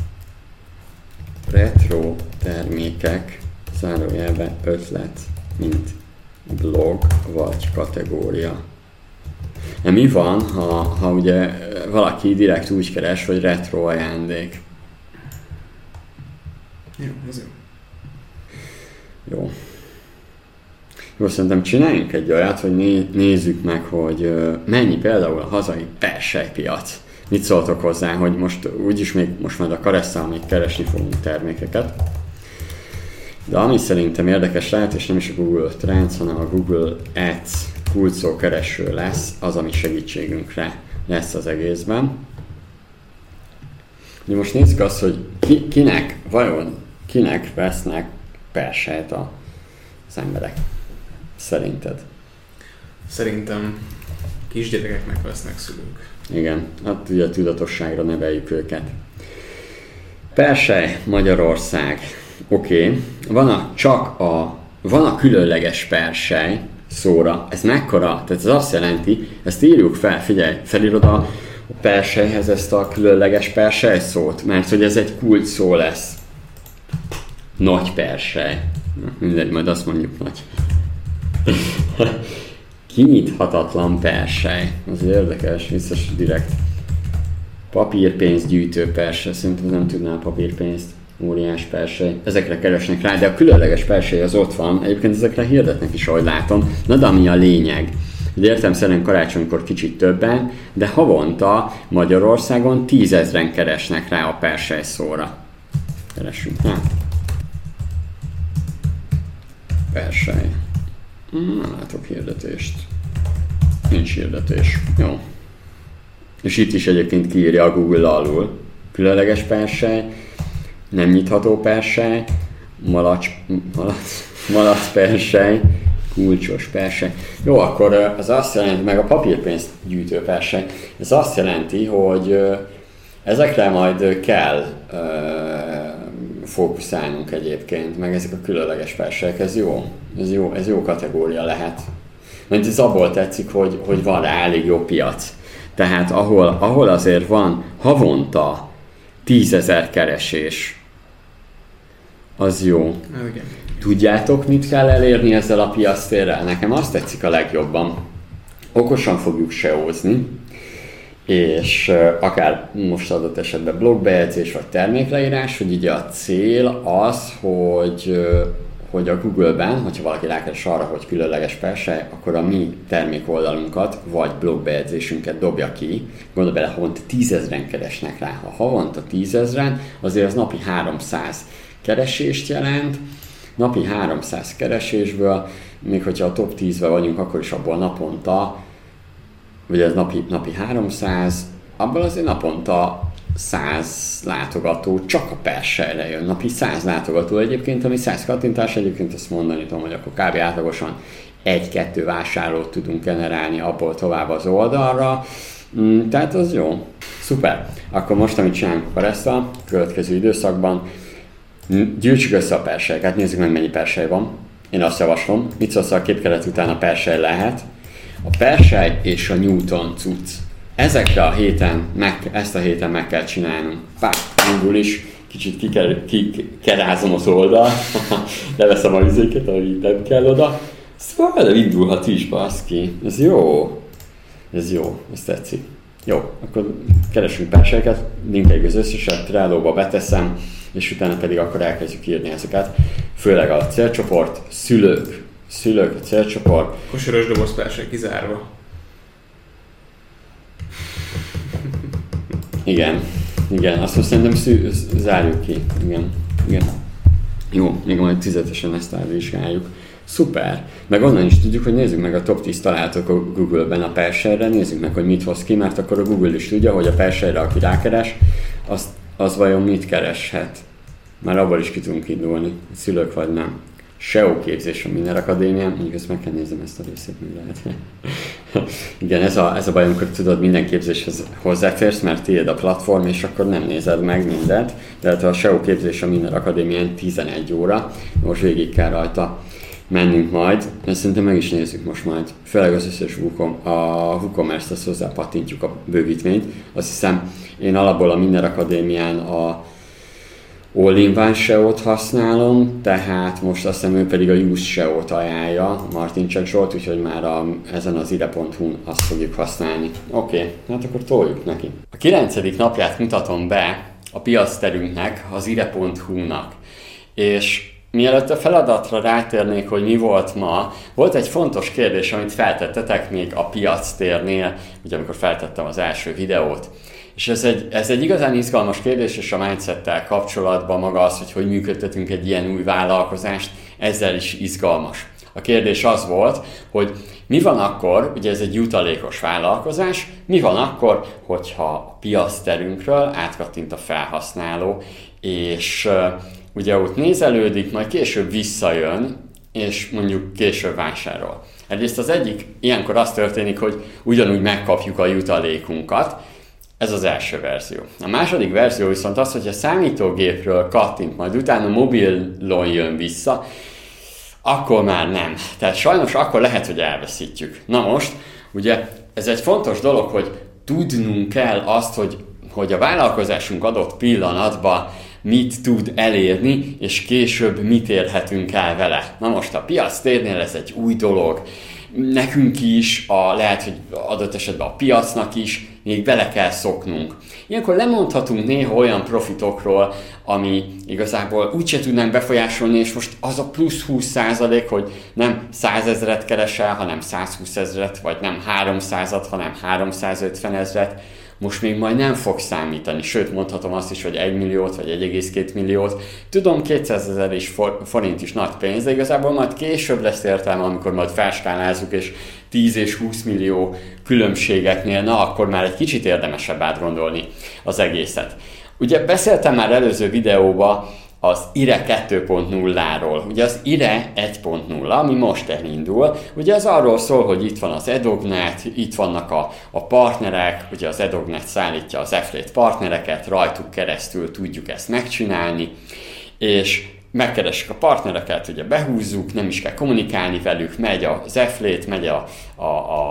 retro termékek, zárójelbe ötlet, mint blog vagy kategória. De mi van, ha, ha ugye valaki direkt úgy keres, hogy retro ajándék? Jó, ez jó. Jó. Jó, szerintem csináljunk egy olyat, hogy né- nézzük meg, hogy mennyi például a hazai perselypiac. Mit szóltok hozzá, hogy most úgyis még most már a Karesszal még keresni fogunk termékeket. De ami szerintem érdekes lehet, és nem is a Google Trends, hanem a Google Ads kulcsszókereső lesz, az, ami segítségünkre lesz az egészben. De most nézzük azt, hogy ki, kinek, vajon kinek vesznek perselyt az emberek. Szerinted? Szerintem kisgyerekeknek vesznek szülők. Igen, hát ugye a tudatosságra neveljük őket. Persely, Magyarország. Oké, okay. Van a csak a, van a különleges persely szóra. Ez mekkora? Tehát ez azt jelenti, ezt írjuk fel, figyelj, felírod a, a perselyhez ezt a különleges persely szót, mert hogy ez egy kult szó lesz. Nagy persely. Na, mindegy, majd azt mondjuk nagy. Kinyithatatlan persely. Az érdekes, biztos direkt. Papírpénzgyűjtő persely. Szerintem nem tudná a papírpénzt. Óriás persely. Ezekre keresnek rá, de a különleges persely az ott van. Egyébként ezekre hirdetnek is, ahogy látom. Na de ami a lényeg. Ugye értem szerint karácsonykor kicsit többen, de havonta Magyarországon tízezren keresnek rá a persely szóra. Keressünk rá. Persely. Nem látok hirdetést. Nincs hirdetés. Jó. És itt is egyébként kiírja a Google alul. Különleges persely, nem nyitható persely, malac, malac, malac persely, kulcsos persely. Jó, akkor az azt jelenti, meg a papírpénzt gyűjtő persely, ez azt jelenti, hogy ezekre majd kell fókuszálnunk egyébként, meg ezek a különleges perselyek, ez jó, ez jó, ez jó kategória lehet. Mert ez abból tetszik, hogy, hogy van rá elég jó piac. Tehát ahol, ahol azért van havonta tízezer keresés, az jó. Igen. Tudjátok, mit kell elérni ezzel a piactérrel? Nekem azt tetszik a legjobban. Okosan fogjuk seózni, és akár most adott esetben blogbejegyzés vagy termékleírás, hogy így a cél az, hogy, hogy a Google-ben, hogyha valaki rákeres arra, hogy különleges persely, akkor a mi termékoldalunkat vagy blogbejegyzésünket dobja ki. Gondolj bele, havonta tízezren keresnek rá. Ha havonta tízezren, azért az napi háromszáz keresést jelent. Napi háromszáz keresésből, még hogyha a top tízben vagyunk, akkor is abból naponta, ugye ez napi, napi háromszáz, abból azért naponta száz látogató csak a perselyre jön. Napi száz látogató egyébként, ami száz kattintás, egyébként azt mondani tudom, hogy akkor kb. Átlagosan egy-kettő vásárlót tudunk generálni abból tovább az oldalra. Mm, tehát az jó. Szuper. Akkor most, amit csinálunk a Karessal, a következő időszakban, gyűjtsük össze a perselyeket, nézzük meg, mennyi persely van. Én azt javaslom, mit szólsz, a képkelet után a persely lehet. A persely és a Newton cucc. Ezekre a héten, meg, ezt a héten meg kell csinálnunk. Pá, indul is, kicsit kikerázom az oldalt, leveszem a vizéket, ahogy nem kell oda. Szóval indulhat is, baszki. Ez jó. Ez jó, ez tetszik. Jó, akkor keresünk perselyeket, linkeljük az összeset, Trello-ba beteszem, és utána pedig akkor elkezdjük írni ezeket. Főleg a célcsoport, szülők, szülők, a célcsoport. Kosaros doboz persely kizárva. Igen, igen, azt most szerintem szű, zárjuk ki. Igen, igen. Jó, még majd tüzetesen ezt elvizsgáljuk. Szuper! Meg onnan is tudjuk, hogy nézzük meg a top tíz találatok a Google-ben a perselyre, nézzük meg, hogy mit hoz ki, mert akkor a Google is tudja, hogy a perselyre, aki rákeres, az, az vajon mit kereshet. Már abból is ki tudunk indulni, szülők vagy nem. S E O képzés a Miner Akadémián, mondjuk ezt meg kell nézem ezt a részét, mi lehet. Igen, ez a, ez a baj, amikor tudod, minden képzéshez hozzáférsz, mert tiéd a platform, és akkor nem nézed meg mindent. De hát a es e o képzés a Minner Akadémián tizenegy óra, most végig kell rajta mennünk majd, de szerintem meg is nézzük most majd. Főleg az összes a WooCommerce-t, azt hozzá pattintjuk a bővítményt. Azt hiszem, én alapból a Minner Akadémián a All-in-One es e o-t használom, tehát most azt hiszem ő pedig a Use es e o-t ajánlja, Martin Csek Zsolt, úgyhogy már a, ezen az ire pont hu-n azt fogjuk használni. Oké, okay, hát akkor toljuk neki. A kilencedik napját mutatom be a piacterünknek, az ire pont hu-nak. És mielőtt a feladatra rátérnék, hogy mi volt ma, volt egy fontos kérdés, amit feltettetek még a piactérnél, ugye amikor feltettem az első videót. És ez egy, ez egy igazán izgalmas kérdés, és a mindsettel kapcsolatban maga az, hogy hogy működtetünk egy ilyen új vállalkozást, ezzel is izgalmas. A kérdés az volt, hogy mi van akkor, ugye ez egy jutalékos vállalkozás, mi van akkor, hogyha a piacterünkről átkattint a felhasználó, és uh, ugye ott nézelődik, majd később visszajön, és mondjuk később vásárol. Egyrészt az egyik, ilyenkor az történik, hogy ugyanúgy megkapjuk a jutalékunkat. Ez az első verzió. A második verzió viszont az, hogy a számítógépről kattint, majd utána mobilon jön vissza, akkor már nem. Tehát sajnos akkor lehet, hogy elveszítjük. Na most, ugye ez egy fontos dolog, hogy tudnunk kell azt, hogy, hogy a vállalkozásunk adott pillanatban mit tud elérni, és később mit érhetünk el vele. Na most a piactérnél ez egy új dolog. Nekünk is, a, lehet, hogy adott esetben a piacnak is, még bele kell szoknunk. Ilyenkor lemondhatunk néha olyan profitokról, ami igazából úgyse tudnánk befolyásolni, és most az a plusz húsz százalék, hogy nem százezret keresel, hanem százhúszezret, vagy nem háromszázat, hanem háromszázötven ezret, most még majd nem fog számítani, sőt mondhatom azt is, hogy egy milliót vagy egy egész két milliót. Tudom, kétszázezer is for, forint is nagy pénz, de igazából majd később lesz értelme, amikor majd felskálázzuk, és tíz és húsz millió különbségeknél, na akkor már egy kicsit érdemesebb átgondolni az egészet. Ugye beszéltem már előző videóban az ire kettő pont nulláról. Ugye az ire egy pont nulla, ami most elindul, ugye az arról szól, hogy itt van az Edognet, itt vannak a, a partnerek, ugye az Edognet szállítja az affiliate partnereket, rajtuk keresztül tudjuk ezt megcsinálni, és megkeressük a partnereket, ugye behúzzuk, nem is kell kommunikálni velük, megy az affiliate, megy a, a,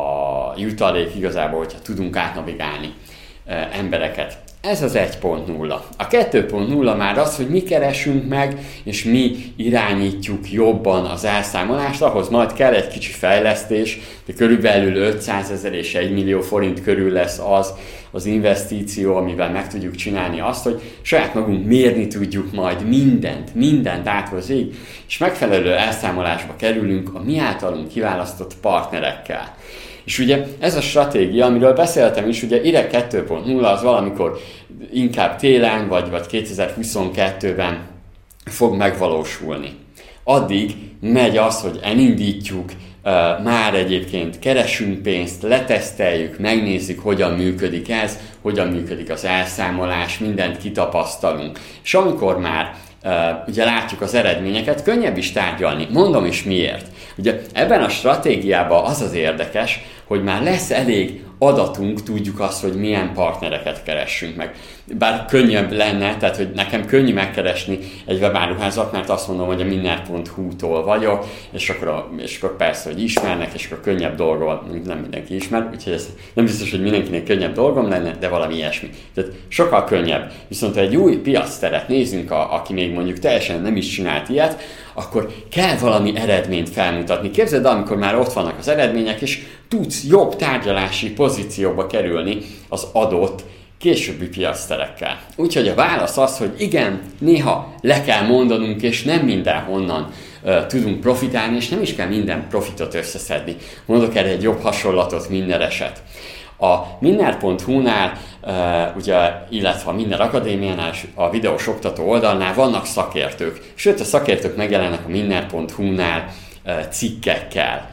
a jutalék igazából, hogyha tudunk átnavigálni e, embereket. Ez az egy pont nulla. A kettő pont nulla már az, hogy mi keresünk meg, és mi irányítjuk jobban az elszámolást, ahhoz majd kell egy kicsi fejlesztés, de körülbelül ötszázezer és egy millió forint körül lesz az az investíció, amivel meg tudjuk csinálni azt, hogy saját magunk mérni tudjuk majd mindent, mindent áthozzig, és megfelelő elszámolásba kerülünk a mi általunk kiválasztott partnerekkel. És ugye ez a stratégia, amiről beszéltem is, ugye ire kettő pont nulla az valamikor inkább télen, vagy, vagy kétezer-huszonkettőben fog megvalósulni. Addig megy az, hogy elindítjuk, Uh, már egyébként keresünk pénzt, leteszteljük, megnézzük, hogyan működik ez, hogyan működik az elszámolás, mindent kitapasztalunk. És amikor már uh, ugye látjuk az eredményeket, könnyebb is tárgyalni. Mondom is miért. Ugye ebben a stratégiában az az érdekes, hogy már lesz elég adatunk, tudjuk azt, hogy milyen partnereket keressünk meg. Bár könnyebb lenne, tehát hogy nekem könnyű megkeresni egy webáruházat, mert azt mondom, hogy a minner pont hu-tól vagyok, és akkor, a, és akkor persze, hogy ismernek, és akkor könnyebb dolgom, nem mindenki ismer, úgyhogy ez nem biztos, hogy mindenkinek könnyebb dolgom lenne, de valami ilyesmi. Tehát sokkal könnyebb. Viszont ha egy új piacteret nézünk, a, aki még mondjuk teljesen nem is csinált ilyet, akkor kell valami eredményt felmutatni. Képzeld, amikor már ott vannak az eredmények, és tudsz jobb tárgyalási pozícióba kerülni az adott későbbi piacterekkel. Úgyhogy a válasz az, hogy igen, néha le kell mondanunk, és nem mindenhonnan uh, tudunk profitálni, és nem is kell minden profitot összeszedni. Mondok erre egy jobb hasonlatot minden eset. A minner pont hu-nál, uh, ugye, illetve a Minner Akadémiánál, a videós oktató oldalnál vannak szakértők. Sőt, a szakértők megjelennek a minner pont hu-nál uh, cikkekkel.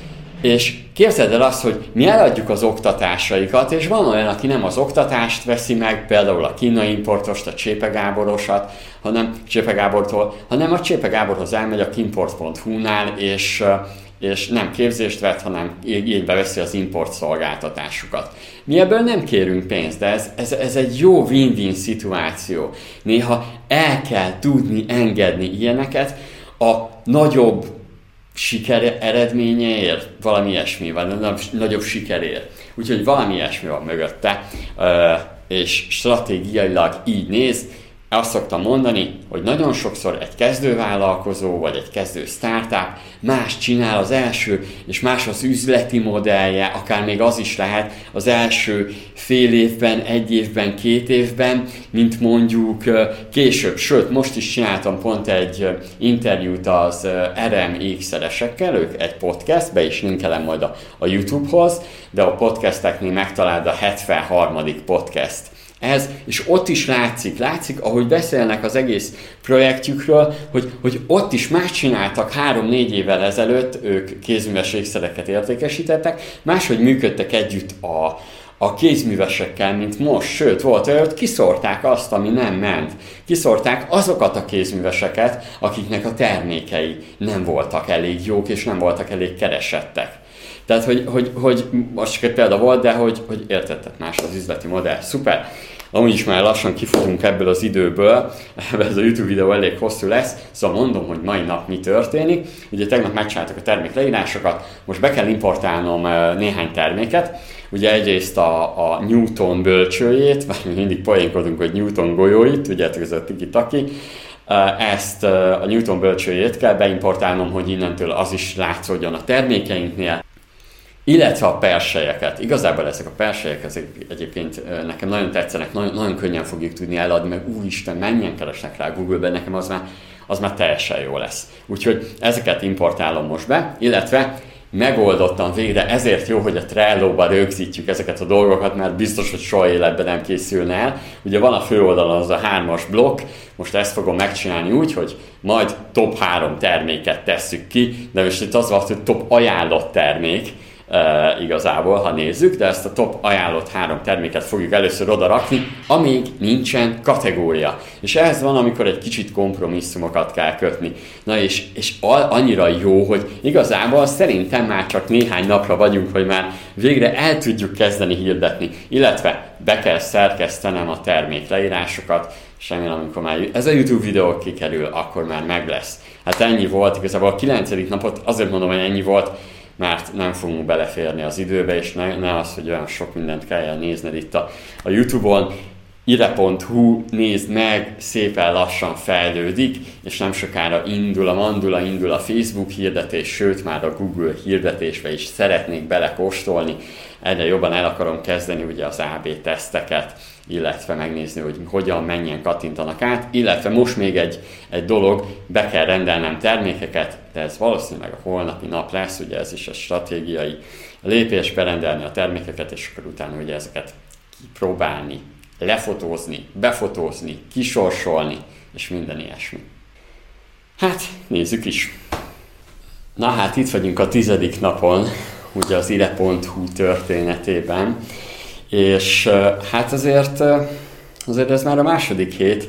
És képzeld el azt, hogy mi eladjuk az oktatásaikat, és van olyan, aki nem az oktatást veszi meg, például a kínai importost, a Csépe Gáborosat, hanem Csépe Gábortól, hanem a Csépe Gáborhoz elmegy a kimport pont hu-nál, és, és nem képzést vett, hanem igénybe veszi az import szolgáltatásukat. Mi ebből nem kérünk pénzt, de ez, ez, ez egy jó win-win szituáció. Néha el kell tudni engedni ilyeneket a nagyobb siker eredményeért, valami ilyesmi van, nagyobb sikerért. Úgyhogy valami ilyesmi van mögötte, és stratégiailag így néz. Azt szoktam mondani, hogy nagyon sokszor egy kezdővállalkozó vagy egy kezdő startup más csinál az első, és más az üzleti modellje, akár még az is lehet az első fél évben, egy évben, két évben, mint mondjuk később. Sőt, most is csináltam pont egy interjút az er em ékszeresekkel, ők egy podcast, be is linkelem majd a, a YouTube-hoz, de a podcasteknél megtaláld a hetvenharmadik podcast. Ez, és ott is látszik, látszik, ahogy beszélnek az egész projektjükről, hogy, hogy ott is más csináltak három-négy évvel ezelőtt, ők kézműves ékszereket értékesítettek, máshogy működtek együtt a, a kézművesekkel, mint most, sőt, volt olyan, hogy kiszórták azt, ami nem ment. Kiszórták azokat a kézműveseket, akiknek a termékei nem voltak elég jók, és nem voltak elég keresettek. Tehát, hogy, hogy, hogy most csak egy példa volt, de hogy, hogy értetted, más az üzleti modell. Szuper! Amúgy is már lassan kifutunk ebből az időből, ez a YouTube videó elég hosszú lesz, szóval mondom, hogy mai nap mi történik. Ugye tegnap megcsináltak a termék leírásokat, most be kell importálnom néhány terméket. Ugye egyrészt a, a Newton bölcsőjét, vagy mindig poénkodunk, hogy Newton golyóit, tudjátok, ez a tiki-taki. Ezt a Newton bölcsőjét kell beimportálnom, hogy innentől az is látszódjon a termékeinknél. Illetve a perselyeket. Igazából ezek a perselyek ezek egyébként nekem nagyon tetszenek, nagyon, nagyon könnyen fogjuk tudni eladni, meg úristen, mennyien keresnek rá Google-ben, nekem az már, az már teljesen jó lesz. Úgyhogy ezeket importálom most be, illetve megoldottam végre, ezért jó, hogy a Trello-ban rögzítjük ezeket a dolgokat, mert biztos, hogy soha életben nem készülne el. Ugye van a főoldalon az a hármas blokk, most ezt fogom megcsinálni úgy, hogy majd top három terméket tesszük ki, de most itt az volt, hogy top ajánlott termék, Uh, igazából, ha nézzük, de ezt a top ajánlott három terméket fogjuk először oda rakni, amíg nincsen kategória. És ez van, amikor egy kicsit kompromisszumokat kell kötni. Na és, és annyira jó, hogy igazából szerintem már csak néhány napra vagyunk, hogy már végre el tudjuk kezdeni hirdetni, illetve be kell szerkesztenem a termék leírásokat, és remélem, amikor már ez a YouTube videó kikerül, akkor már meg lesz. Hát ennyi volt, igazából a kilencedik napot azért mondom, hogy ennyi volt, mert nem fogunk beleférni az időbe, és ne, ne az, hogy olyan sok mindent kelljen nézned itt a, a YouTube-on. ire pont hu, nézd meg, szépen lassan fejlődik, és nem sokára indul a mandula, indul a Facebook hirdetés, sőt már a Google hirdetésbe is szeretnék belekóstolni. Egyre jobban el akarom kezdeni ugye az á bé teszteket, illetve megnézni, hogy hogyan, mennyien kattintanak át, illetve most még egy, egy dolog, be kell rendelnem termékeket, de ez valószínűleg a holnapi nap lesz, ugye ez is a stratégiai lépés, berendelni a termékeket, és akkor utána ugye ezeket kipróbálni, lefotózni, befotózni, kisorsolni, és minden ilyesmi. Hát, nézzük is. Na hát, itt vagyunk a tizedik napon, ugye az ire pont hu történetében, és hát azért, azért ez már a második hét.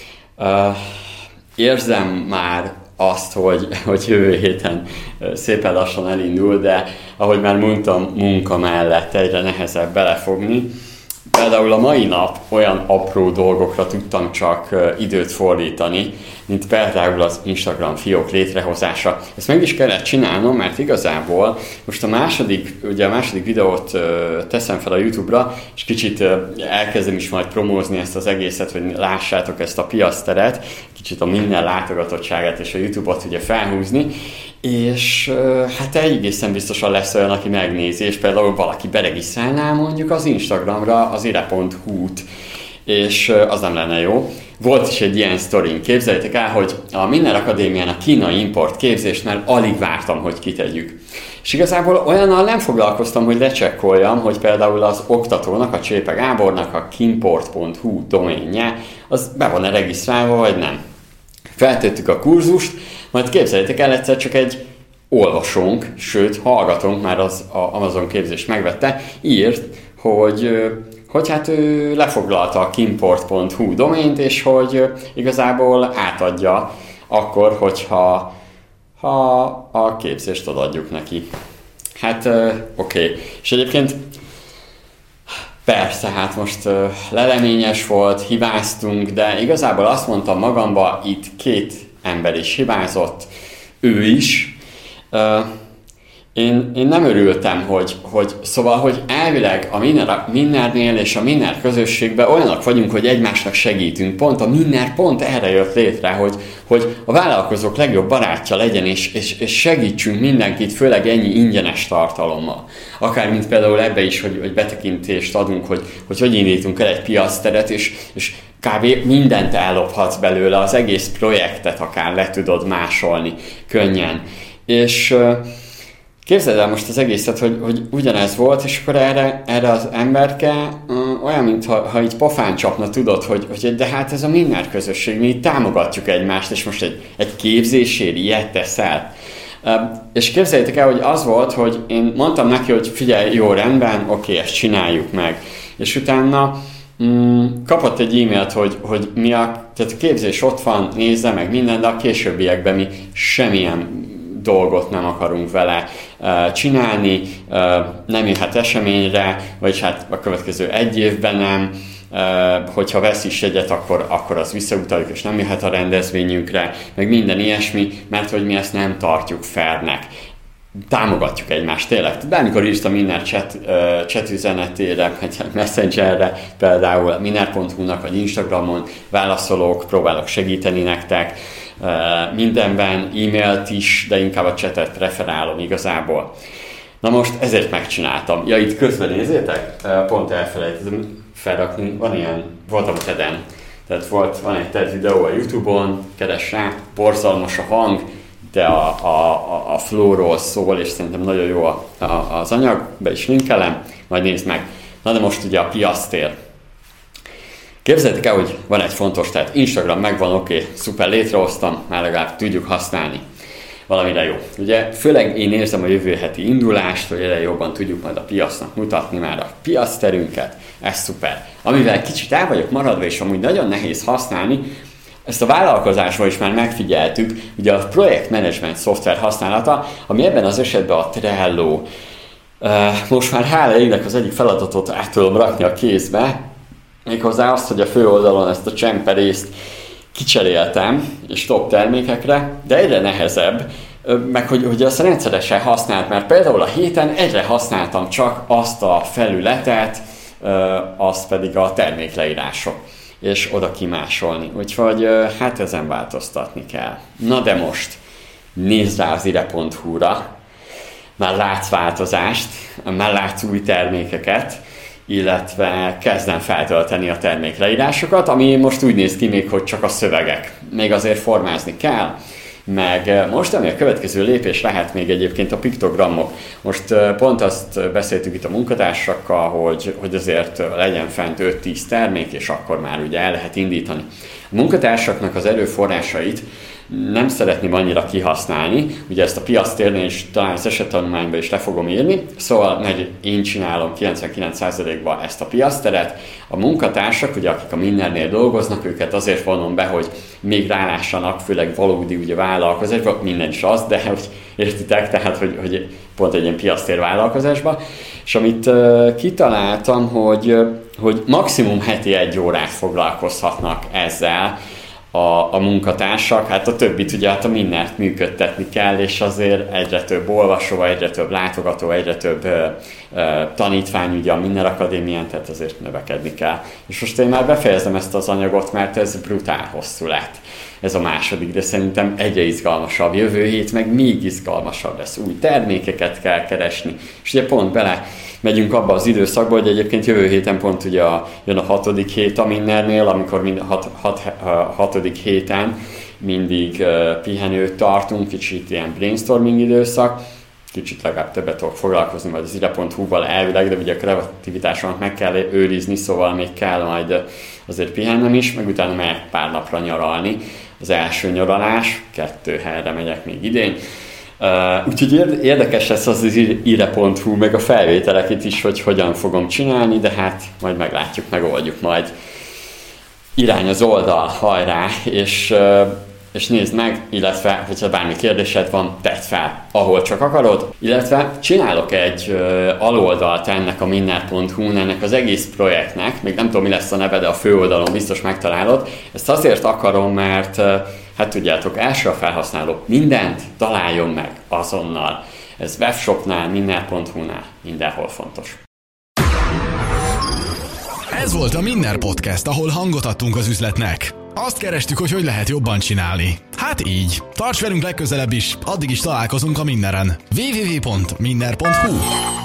Érzem már azt, hogy, hogy jövő héten szépen lassan elindul, de ahogy már mondtam, munka mellett egyre nehezebb belefogni. Például a mai nap olyan apró dolgokra tudtam csak időt fordítani, mint például az Instagram fiók létrehozása. Ezt meg is kellett csinálnom, mert igazából most a második, ugye a második videót teszem fel a YouTube-ra, és kicsit elkezdem is majd promózni ezt az egészet, hogy lássátok ezt a piacteret, kicsit a minden látogatottságát és a YouTube-ot ugye felhúzni, és hát egészen biztosan lesz olyan, aki megnézi, és például valaki beregisztrálná mondjuk az Instagramra az ire pont hu-t, és az nem lenne jó. Volt is egy ilyen sztorin, képzeljétek el, hogy a Minner Akadémián a kínai import képzést már alig vártam, hogy kitegyük. És igazából olyannal nem foglalkoztam, hogy lecsekkoljam, hogy például az oktatónak, a Csépe Gábornak a kimport pont hu doménje, az be van-e regisztrálva, vagy nem. Feltettük a kurzust, majd képzeljétek el, egyszer csak egy olvasónk, sőt hallgatónk, már az a Amazon képzést megvette, írt, hogy, hogy hát ő lefoglalta a kimport pont hu domént, és hogy igazából átadja akkor, hogyha ha a képzést odaadjuk neki. Hát oké. Okay. És egyébként persze, hát most uh, leleményes volt, hibáztunk, de igazából azt mondtam magamba, itt két ember is hibázott, ő is. Uh, én, én nem örültem, hogy, hogy szóval, hogy elvileg a Minner, Minnernél és a Minner közösségben olyanok vagyunk, hogy egymásnak segítünk. Pont a Minner pont erre jött létre, hogy, hogy a vállalkozók legjobb barátja legyen, és, és, és segítsünk mindenkit, főleg ennyi ingyenes tartalommal. Akár mint például ebbe is, hogy, hogy betekintést adunk, hogy, hogy hogy indítunk el egy piacteret, és, és kb. Mindent ellophatsz belőle, az egész projektet akár le tudod másolni könnyen. És képzeld el most az egészet, hogy, hogy ugyanez volt, és akkor erre, erre az emberke uh, olyan, mintha ha így pofán csapna, tudod, hogy, hogy de hát ez a Minner közösség, mi így támogatjuk egymást, és most egy, egy képzésért ilyet teszel. Uh, és képzeljétek el, hogy az volt, hogy én mondtam neki, hogy figyelj, jó, rendben, oké, ezt csináljuk meg. És utána um, kapott egy e-mailt, hogy, hogy mi a, tehát a képzés ott van, nézze meg minden, de a későbbiekben mi semmilyen dolgot nem akarunk vele uh, csinálni, uh, nem jöhet eseményre, vagyis hát a következő egy évben nem, uh, hogyha vesz is egyet, akkor, akkor az visszautaljuk, és nem jöhet a rendezvényünkre, meg minden ilyesmi, mert hogy mi ezt nem tartjuk fairnek. Támogatjuk egymást, tényleg. Bármikor írtam Minner chat, uh, chat üzenetére, vagy messengerre, például minner pont hu-nak, vagy Instagramon válaszolok, próbálok segíteni nektek, Uh, mindenben, e-mailt is, de inkább a chatet preferálom igazából. Na most ezért megcsináltam. Ja, itt közben nézzétek, uh, pont elfelejtettem felrakni, van ilyen, voltam a TED-en, tehát volt, van egy TED videó a YouTube-on, keres rá, borzalmas a hang, de a, a, a flow-ról szól, és szerintem nagyon jó a, a, az anyag, be is linkelem, majd nézd meg. Na de most ugye a piactér. Képzeljétek el, hogy van egy fontos, tehát Instagram megvan, oké, okay, szuper, létrehoztam, már legalább tudjuk használni. Valamire jó. Ugye főleg én érzem a jövő heti indulást, hogy egyre jobban tudjuk majd a piacnak mutatni már a piacterünket, ez szuper. Amivel kicsit el vagyok maradva, és amúgy nagyon nehéz használni, ezt a vállalkozásban is már megfigyeltük, ugye a projektmenedzsment szoftver használata, ami ebben az esetben a Trello. Most már hála égnek az egyik feladatot át tudom rakni a kézbe, méghozzá azt, hogy a főoldalon ezt a csemperészt kicseréltem, és top termékekre, de egyre nehezebb, meg hogy, hogy azt rendszeresen használt, mert például a héten egyre használtam csak azt a felületet, azt pedig a termékleírások, és oda kimásolni. Úgyhogy hát ezen változtatni kell. Na de most nézd rá az ire pont hu-ra, már látsz változást, már látsz új termékeket, illetve kezdem feltölteni a termékleírásokat, ami most úgy néz ki még, hogy csak a szövegek. Még azért formázni kell, meg most, ami a következő lépés lehet még egyébként a piktogramok. Most pont azt beszéltük itt a munkatársakkal, hogy, hogy azért legyen fent öt-tíz termék, és akkor már ugye el lehet indítani. A munkatársaknak az erőforrásait nem szeretném annyira kihasználni, ugye ezt a piactérnél is talán az esettanulmányban is le fogom írni, szóval mert én csinálom kilencvenkilenc százalékban ezt a piacteret, a munkatársak, ugye akik a Minnernél dolgoznak, őket azért vonom be, hogy még rálássanak, főleg valódi ugye vállalkozásban, minden is az, de hogy értitek, tehát hogy, hogy pont egy ilyen piactér vállalkozásban, és amit uh, kitaláltam, hogy, hogy maximum heti egy órát foglalkozhatnak ezzel, A, a munkatársak, hát a többit ugye hát a Minnert működtetni kell, és azért egyre több olvasó, egyre több látogató, egyre több ö, ö, tanítvány ugye a Minner Akadémián, tehát azért növekedni kell. És most én már befejezem ezt az anyagot, mert ez brutál hosszú lett. Ez a második, de szerintem egyre izgalmasabb. Jövő hét meg még izgalmasabb lesz. Új termékeket kell keresni, és ugye pont bele megyünk abba az időszakba, hogy egyébként jövő héten pont ugye a, jön a hatodik hét a Minnernél, amikor mind, hat, hat, hatodik héten mindig uh, pihenőt tartunk, kicsit ilyen brainstorming időszak, kicsit legalább többet tudok foglalkozni majd az ire pont hu-val elvileg, de ugye a kreativitásomat meg kell őrizni, szóval még kell majd azért pihennem is, meg utána megyek pár napra nyaralni. Az első nyaralás, kettő helyre megyek még idén. Uh, úgyhogy érdekes lesz az az ire pont hu, meg a felvételeket is, hogy hogyan fogom csinálni, de hát majd meglátjuk, megoldjuk majd. Irány az oldal, hajrá! És uh, és nézd meg, illetve, hogyha bármi kérdésed van, tedd fel, ahol csak akarod, illetve csinálok egy ö, aloldalt ennek a minner pont hu-n, ennek az egész projektnek, még nem tudom, mi lesz a neve, de a főoldalon biztos megtalálod. Ezt azért akarom, mert ö, hát tudjátok, első a felhasználó mindent találjon meg azonnal. Ez webshopnál, minner pont hu-nál, mindenhol fontos. Ez volt a Minner Podcast, ahol hangot adtunk az üzletnek. Azt kerestük, hogy hogy lehet jobban csinálni. Hát így. Tarts velünk legközelebb is, addig is találkozunk a Minneren. double-u double-u double-u pont minner pont hu